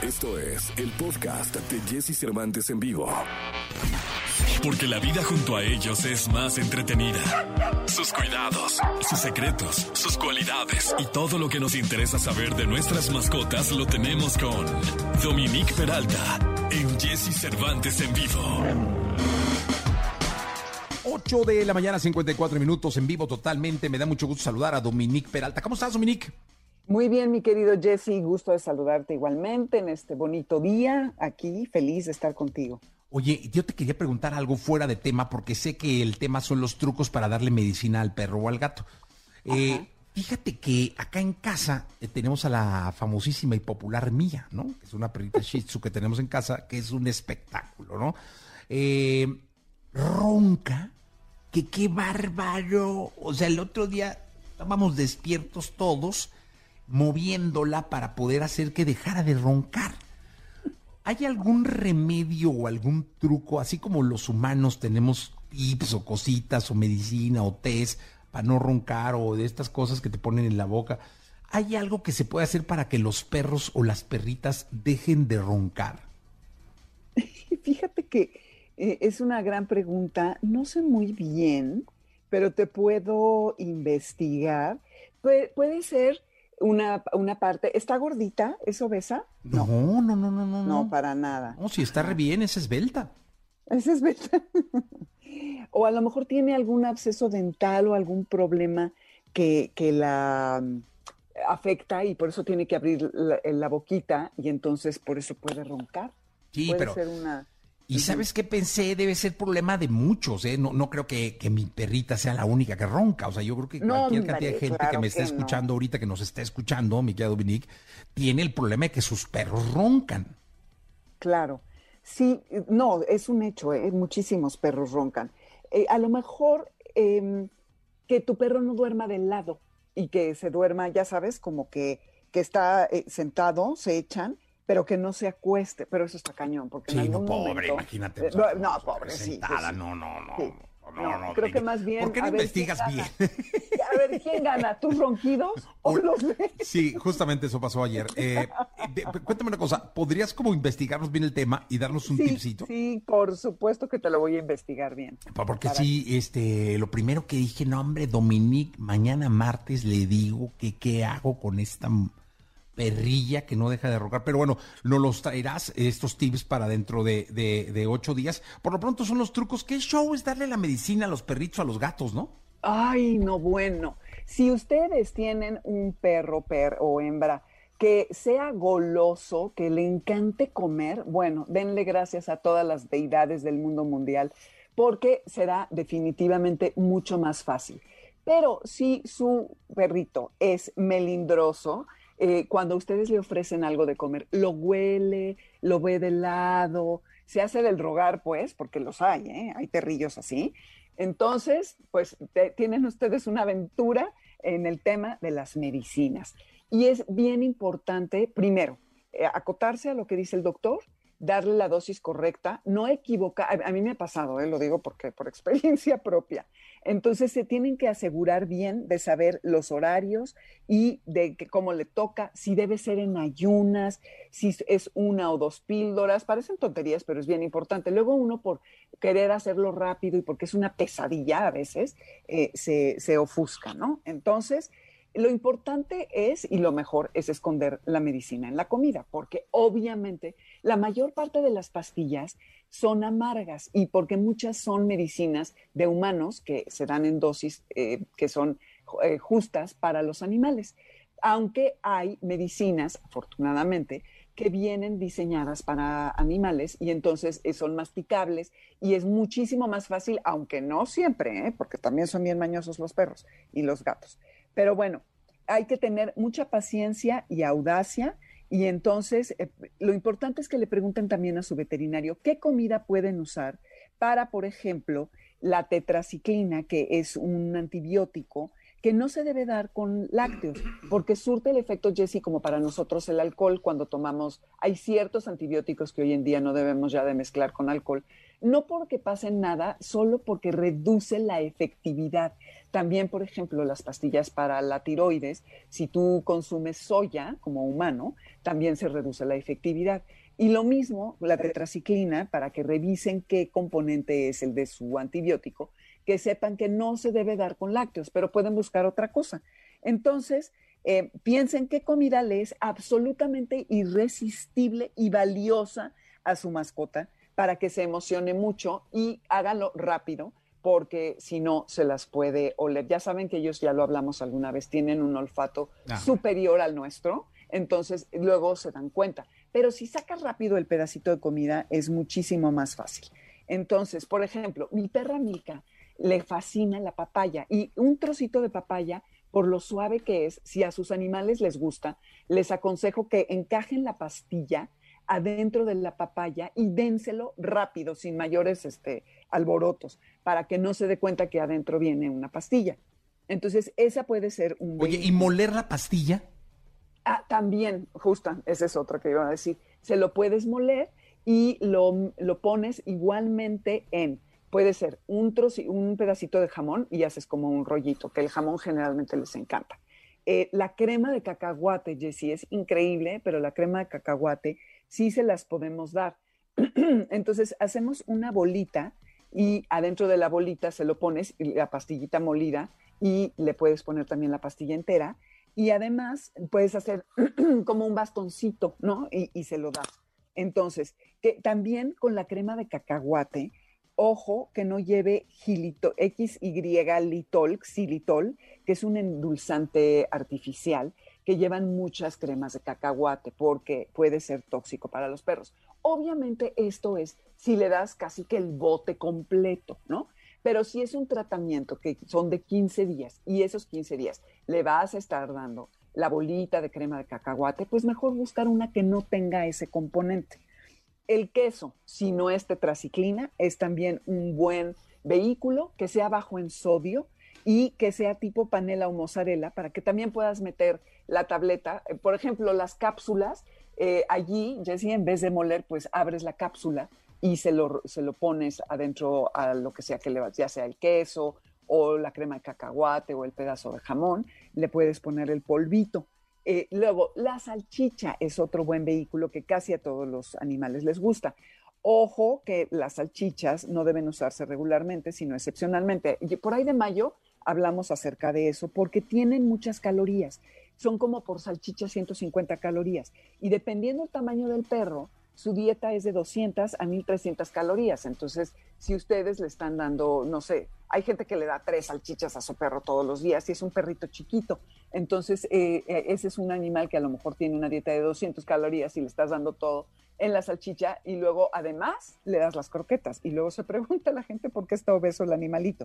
Esto es el podcast de Jesse Cervantes en vivo. Porque la vida junto a ellos es más entretenida. Sus cuidados, sus secretos, sus cualidades y todo lo que nos interesa saber de nuestras mascotas lo tenemos con Dominique Peralta en Jesse Cervantes en vivo. 8 de la mañana, 54 minutos en vivo totalmente. Me da mucho gusto saludar a Dominique Peralta. ¿Cómo estás, Dominique? Muy bien, mi querido Jesse, gusto de saludarte igualmente en este bonito día, aquí, feliz de estar contigo. Oye, yo te quería preguntar algo fuera de tema, porque sé que el tema son los trucos para darle medicina al perro o al gato. Fíjate que acá en casa tenemos a la famosísima y popular Mía, ¿no? Que es una perrita Shih Tzu que tenemos en casa, que es un espectáculo, ¿no? Ronca, que qué bárbaro. O sea, el otro día estábamos despiertos todos, moviéndola para poder hacer que dejara de roncar. ¿Hay algún remedio o algún truco, así como los humanos tenemos tips o cositas o medicina o test para no roncar o de estas cosas que te ponen en la boca? ¿Hay algo que se puede hacer para que los perros o las perritas dejen de roncar? Fíjate que es una gran pregunta, no sé muy bien, pero te puedo investigar. Puede ser una parte. ¿Está gordita? ¿Es obesa? No. No, para nada. No, si está re bien, es esbelta. Esa es verdad. O a lo mejor tiene algún absceso dental o algún problema que la afecta y por eso tiene que abrir la boquita y entonces por eso puede roncar. Sí, puede pero... ser una... ¿Y sabes qué pensé? Debe ser problema de muchos, ¿eh? No creo que mi perrita sea la única que ronca. O sea, yo creo que cualquier cantidad de gente claro que me esté escuchando ahorita, que nos esté escuchando, mi querida Dominique, tiene el problema de que sus perros roncan. Claro. Sí, no, es un hecho, muchísimos perros roncan. A lo mejor que tu perro no duerma de lado y que se duerma, ya sabes, como que está sentado, se echan, pero que no se acueste, pero eso está cañón, porque Sí, en no, algún pobre, momento, imagínate. no, pobre, sí. Sentada, Pues, no. sí. No, creo que más bien... ¿Por qué no a ver, investigas bien? A ver, ¿quién gana? ¿Tus ronquidos o los de...? Sí, justamente eso pasó ayer. Cuéntame una cosa, ¿podrías como investigarnos bien el tema y darnos un tipcito? Sí, por supuesto que te lo voy a investigar bien. Porque sí, lo primero que dije, no hombre, Dominique, mañana martes le digo que qué hago con esta perrilla que no deja de roncar. Pero bueno, nos los traerás estos tips para dentro de 8 días. Por lo pronto son los trucos. ¿Qué show es darle la medicina a los perritos, a los gatos, no? Ay, no, bueno. Si ustedes tienen un perro o hembra que sea goloso, que le encante comer, bueno, denle gracias a todas las deidades del mundo mundial, porque será definitivamente mucho más fácil. Pero si su perrito es melindroso, cuando ustedes le ofrecen algo de comer, lo huele, lo ve de lado, se hace del rogar, pues, porque los hay, hay perrillos así. Entonces, pues, tienen ustedes una aventura en el tema de las medicinas. Y es bien importante, primero, acotarse a lo que dice el doctor, darle la dosis correcta, no equivocar. A mí me ha pasado, lo digo porque por experiencia propia. Entonces se tienen que asegurar bien de saber los horarios y de cómo le toca, si debe ser en ayunas, si es 1 o 2 píldoras. Parecen tonterías, pero es bien importante. Luego uno por querer hacerlo rápido y porque es una pesadilla a veces, se ofusca, ¿no? Entonces, lo importante es, y lo mejor es esconder la medicina en la comida, porque obviamente la mayor parte de las pastillas son amargas y porque muchas son medicinas de humanos que se dan en dosis que son justas para los animales. Aunque hay medicinas, afortunadamente, que vienen diseñadas para animales y entonces son masticables y es muchísimo más fácil, aunque no siempre, porque también son bien mañosos los perros y los gatos. Pero bueno, hay que tener mucha paciencia y audacia y entonces lo importante es que le pregunten también a su veterinario qué comida pueden usar para, por ejemplo, la tetraciclina, que es un antibiótico que no se debe dar con lácteos, porque surte el efecto, Jessy, como para nosotros el alcohol cuando tomamos, hay ciertos antibióticos que hoy en día no debemos ya de mezclar con alcohol, no porque pasen nada, solo porque reduce la efectividad. También, por ejemplo, las pastillas para la tiroides, si tú consumes soya como humano, también se reduce la efectividad. Y lo mismo, la tetraciclina, para que revisen qué componente es el de su antibiótico, que sepan que no se debe dar con lácteos, pero pueden buscar otra cosa. Entonces, piensen qué comida le es absolutamente irresistible y valiosa a su mascota para que se emocione mucho y háganlo rápido, porque si no se las puede oler. Ya saben que ellos, ya lo hablamos alguna vez, tienen un olfato superior al nuestro, entonces luego se dan cuenta. Pero si sacas rápido el pedacito de comida, es muchísimo más fácil. Entonces, por ejemplo, mi perra Milka le fascina la papaya y un trocito de papaya, por lo suave que es, si a sus animales les gusta, les aconsejo que encajen la pastilla adentro de la papaya y dénselo rápido, sin mayores alborotos, para que no se dé cuenta que adentro viene una pastilla. Entonces, esa puede ser un... Oye, ¿y moler la pastilla? Ah, también, justo, esa es otra que iba a decir. Se lo puedes moler y lo pones igualmente en... Puede ser un pedacito de jamón y haces como un rollito, que el jamón generalmente les encanta. La crema de cacahuate, Jessy, es increíble, pero la crema de cacahuate sí se las podemos dar. Entonces, hacemos una bolita y adentro de la bolita se lo pones la pastillita molida y le puedes poner también la pastilla entera. Y además puedes hacer como un bastoncito, ¿no? Y se lo das. Entonces, que también con la crema de cacahuate, ojo que no lleve xilitol, que es un endulzante artificial que llevan muchas cremas de cacahuate porque puede ser tóxico para los perros. Obviamente esto es si le das casi que el bote completo, ¿no? Pero si es un tratamiento que son de 15 días y esos 15 días le vas a estar dando la bolita de crema de cacahuate, pues mejor buscar una que no tenga ese componente. El queso, si no es tetraciclina, es también un buen vehículo, que sea bajo en sodio y que sea tipo panela o mozzarella, para que también puedas meter la tableta. Por ejemplo, las cápsulas, allí, Jessy, en vez de moler, pues abres la cápsula y se lo pones adentro a lo que sea que le vas, ya sea el queso o la crema de cacahuate o el pedazo de jamón, le puedes poner el polvito. Luego, la salchicha es otro buen vehículo que casi a todos los animales les gusta. Ojo que las salchichas no deben usarse regularmente, sino excepcionalmente. Y por ahí de mayo hablamos acerca de eso, porque tienen muchas calorías. Son como por salchicha 150 calorías. Y dependiendo del tamaño del perro, su dieta es de 200 a 1300 calorías. Entonces, si ustedes le están dando, no sé, hay gente que le da 3 salchichas a su perro todos los días y es un perrito chiquito. Entonces, ese es un animal que a lo mejor tiene una dieta de 200 calorías y le estás dando todo en la salchicha y luego además le das las croquetas. Y luego se pregunta la gente por qué está obeso el animalito.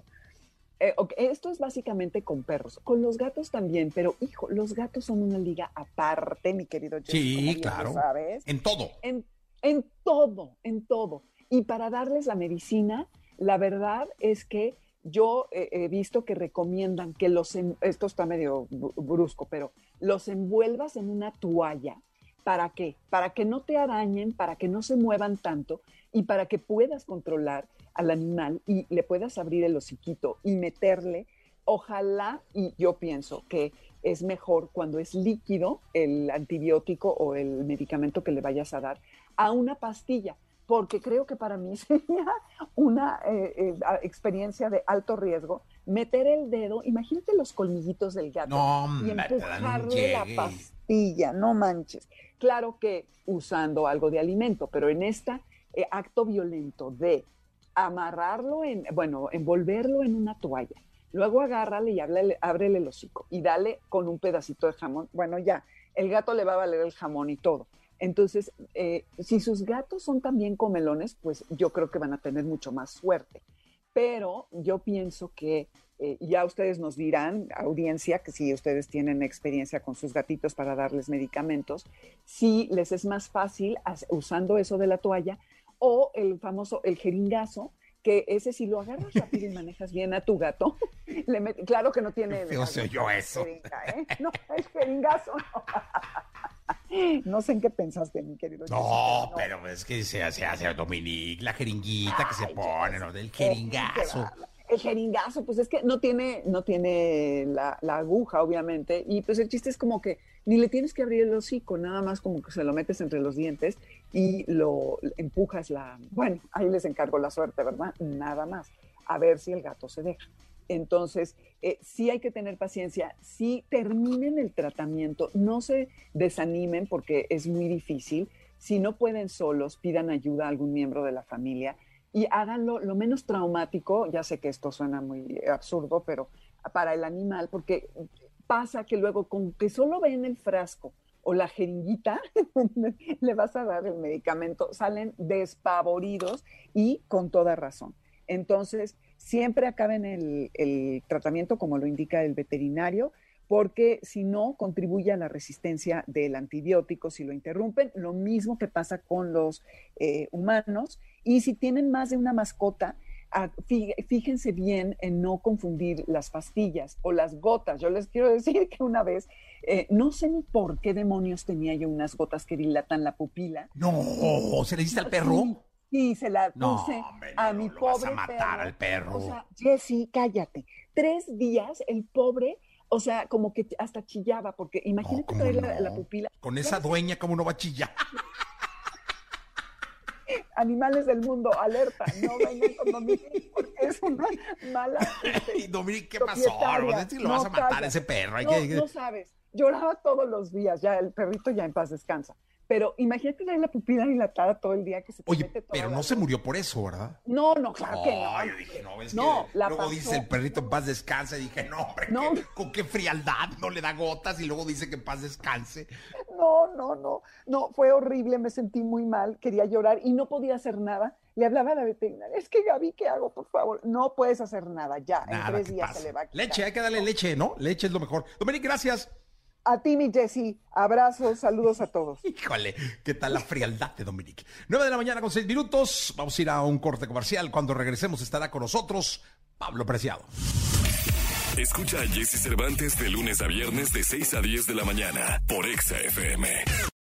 Esto es básicamente con perros. Con los gatos también, pero hijo, los gatos son una liga aparte, mi querido Jess. Sí, claro. ¿Sabes? En todo. En todo. Y para darles la medicina, la verdad es que yo he visto que recomiendan que esto está medio brusco, pero los envuelvas en una toalla. ¿Para qué? Para que no te arañen, para que no se muevan tanto y para que puedas controlar al animal y le puedas abrir el hociquito y meterle. Ojalá, y yo pienso que es mejor cuando es líquido el antibiótico o el medicamento que le vayas a dar a una pastilla, porque creo que para mí sería una experiencia de alto riesgo meter el dedo, imagínate los colmillitos del gato y empujarle la pastilla, no manches. Claro que usando algo de alimento, pero en este acto violento de amarrarlo, envolverlo en una toalla, luego agárrale y ábrele el hocico y dale con un pedacito de jamón, bueno ya, el gato le va a valer el jamón y todo. Entonces, si sus gatos son también comelones, pues yo creo que van a tener mucho más suerte. Pero yo pienso que ya ustedes nos dirán, audiencia, que si ustedes tienen experiencia con sus gatitos para darles medicamentos, si les es más fácil usando eso de la toalla o el famoso, el jeringazo, que ese si lo agarras rápido y manejas bien a tu gato, claro que no tiene... Qué feo se oyó eso. Jeringa, ¿eh? No, es jeringazo. No sé en qué pensaste, mi querido. No, pero es que se hace Dominique, la jeringuita que se pone, ¿no? Del jeringazo. El jeringazo, pues es que no tiene la aguja, obviamente, y pues el chiste es como que ni le tienes que abrir el hocico, nada más como que se lo metes entre los dientes y lo empujas bueno, ahí les encargo la suerte, ¿verdad? Nada más, a ver si el gato se deja. Entonces, sí hay que tener paciencia, sí terminen el tratamiento, no se desanimen porque es muy difícil, si no pueden solos, pidan ayuda a algún miembro de la familia, y háganlo lo menos traumático, ya sé que esto suena muy absurdo, pero para el animal, porque pasa que luego con que solo ven el frasco o la jeringuita, le vas a dar el medicamento, salen despavoridos y con toda razón. Entonces, siempre acaben el tratamiento como lo indica el veterinario, porque si no, contribuye a la resistencia del antibiótico si lo interrumpen, lo mismo que pasa con los humanos. Y si tienen más de una mascota, fíjense bien en no confundir las pastillas o las gotas. Yo les quiero decir que una vez, no sé ni por qué demonios tenía yo unas gotas que dilatan la pupila. No, ¿se le diste al perro? Sí, se la puse a mi pobre perro. Vas a matar al perro. O sea, Jessy, cállate. 3 días el pobre, o sea, como que hasta chillaba, porque imagínate traer la pupila. Con esa dueña, ¿cómo no va a chillar? Animales del mundo, alerta, no vengan con Dominique porque es una mala. Y Dominique, ¿qué pasó? No sé si lo vas a matar a ese perro. No sabes, lloraba todos los días, ya el perrito ya en paz descansa. Pero imagínate traer la pupila dilatada todo el día que se te mete toda pero no se murió por eso, ¿verdad? No, claro que no. Yo dije, luego dice el perrito en paz descanse, y dije, no, hombre, con qué frialdad, no le da gotas, y luego dice que en paz descanse. No, fue horrible, me sentí muy mal, quería llorar y no podía hacer nada. Le hablaba a la veterinaria, es que Gaby, ¿qué hago, por favor? No puedes hacer nada, ya, en 3 días se le va a quitar. Leche, hay que darle leche, ¿no? Leche es lo mejor. Dominique, gracias. A ti, mi Jessy, abrazos, saludos a todos. Híjole, ¿qué tal la frialdad de Dominique? 9:06 a.m. Vamos a ir a un corte comercial. Cuando regresemos estará con nosotros Pablo Preciado. Escucha a Jessy Cervantes de lunes a viernes de 6 a 10 de la mañana por Exa FM.